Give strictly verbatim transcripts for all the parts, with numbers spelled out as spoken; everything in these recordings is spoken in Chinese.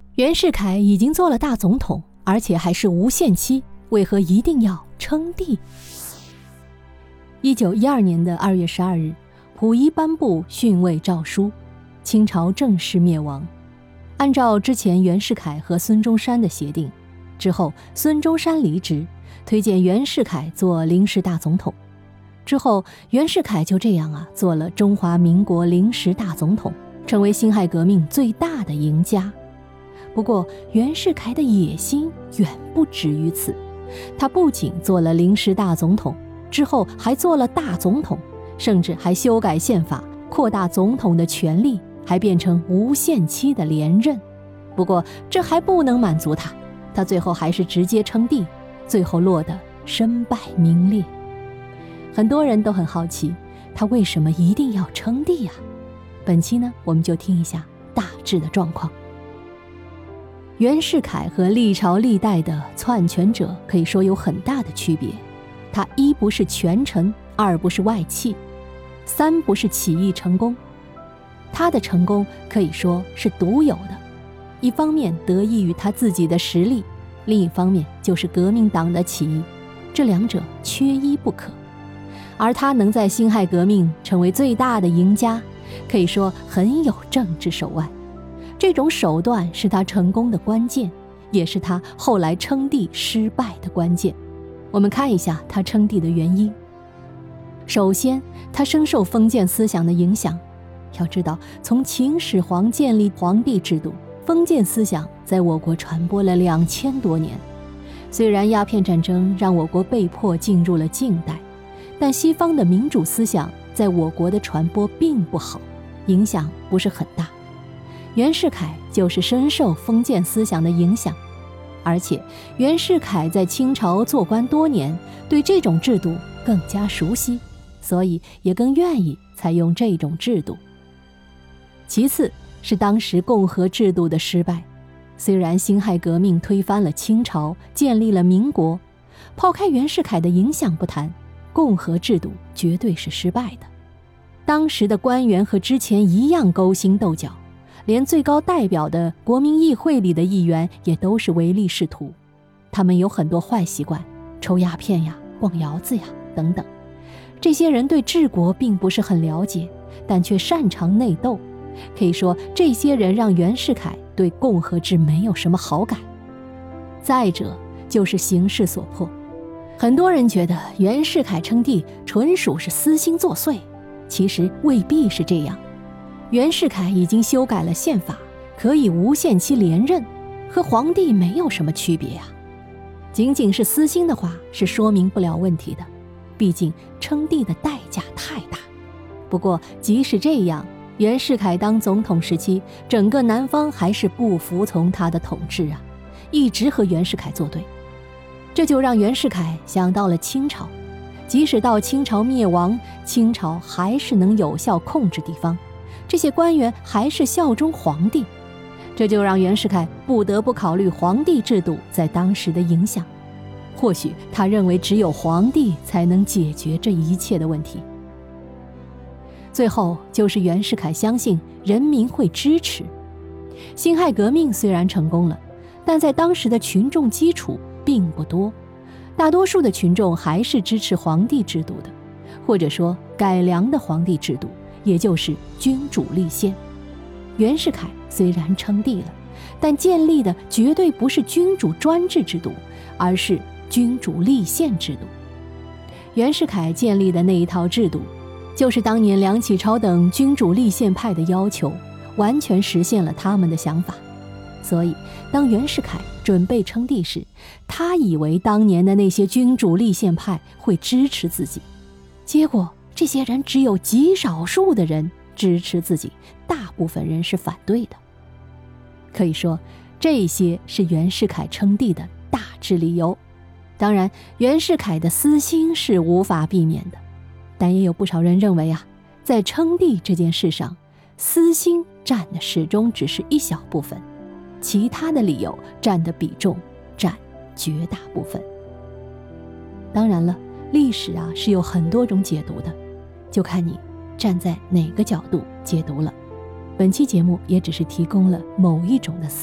袁世凯已经做了大总统，而且还是无限期，为何一定要称帝？一九一二年的二月十二日，溥仪颁布逊位诏书，清朝正式灭亡。按照之前袁世凯和孙中山的协定，之后孙中山离职，推荐袁世凯做临时大总统。之后袁世凯就这样啊做了中华民国临时大总统，成为辛亥革命最大的赢家。不过袁世凯的野心远不止于此，他不仅做了临时大总统，之后还做了大总统，甚至还修改宪法，扩大总统的权力，还变成无限期的连任。不过这还不能满足他，他最后还是直接称帝，最后落得身败名裂。很多人都很好奇，他为什么一定要称帝啊？本期呢，我们就听一下大致的状况。袁世凯和历朝历代的篡权者可以说有很大的区别，他一不是权臣，二不是外戚，三不是起义成功。他的成功可以说是独有的，一方面得益于他自己的实力，另一方面就是革命党的起义，这两者缺一不可。而他能在辛亥革命成为最大的赢家，可以说很有政治手腕。这种手段是他成功的关键，也是他后来称帝失败的关键。我们看一下他称帝的原因。首先，他深受封建思想的影响。要知道，从秦始皇建立皇帝制度，封建思想在我国传播了两千多年。虽然鸦片战争让我国被迫进入了近代，但西方的民主思想在我国的传播并不好，影响不是很大。袁世凯就是深受封建思想的影响，而且袁世凯在清朝做官多年，对这种制度更加熟悉，所以也更愿意采用这种制度。其次是当时共和制度的失败。虽然辛亥革命推翻了清朝，建立了民国，抛开袁世凯的影响不谈，共和制度绝对是失败的。当时的官员和之前一样勾心斗角，连最高代表的国民议会里的议员也都是唯利是图，他们有很多坏习惯，抽鸦片呀、逛窑子呀等等。这些人对治国并不是很了解，但却擅长内斗。可以说，这些人让袁世凯对共和制没有什么好感。再者就是形势所迫，很多人觉得袁世凯称帝纯属是私心作祟，其实未必是这样。袁世凯已经修改了宪法，可以无限期连任，和皇帝没有什么区别啊。仅仅是私心的话是说明不了问题的，毕竟称帝的代价太大。不过即使这样，袁世凯当总统时期，整个南方还是不服从他的统治啊，一直和袁世凯作对。这就让袁世凯想到了清朝，即使到清朝灭亡，清朝还是能有效控制地方，这些官员还是效忠皇帝，这就让袁世凯不得不考虑皇帝制度在当时的影响。或许他认为只有皇帝才能解决这一切的问题。最后就是袁世凯相信人民会支持。辛亥革命虽然成功了，但在当时的群众基础并不多，大多数的群众还是支持皇帝制度的，或者说改良的皇帝制度，也就是君主立宪。袁世凯虽然称帝了，但建立的绝对不是君主专制制度，而是君主立宪制度。袁世凯建立的那一套制度，就是当年梁启超等君主立宪派的要求，完全实现了他们的想法。所以当袁世凯准备称帝时，他以为当年的那些君主立宪派会支持自己，结果这些人只有极少数的人支持自己，大部分人是反对的。可以说，这些是袁世凯称帝的大致理由。当然，袁世凯的私心是无法避免的，但也有不少人认为啊，在称帝这件事上，私心占的始终只是一小部分，其他的理由占的比重占绝大部分。当然了，历史啊是有很多种解读的，就看你站在哪个角度解读了。本期节目也只是提供了某一种的思路，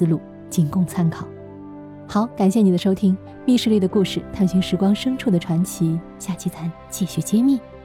仅供参考。好，感谢你的收听，密室里的故事，探寻时光深处的传奇，下期咱继续揭秘。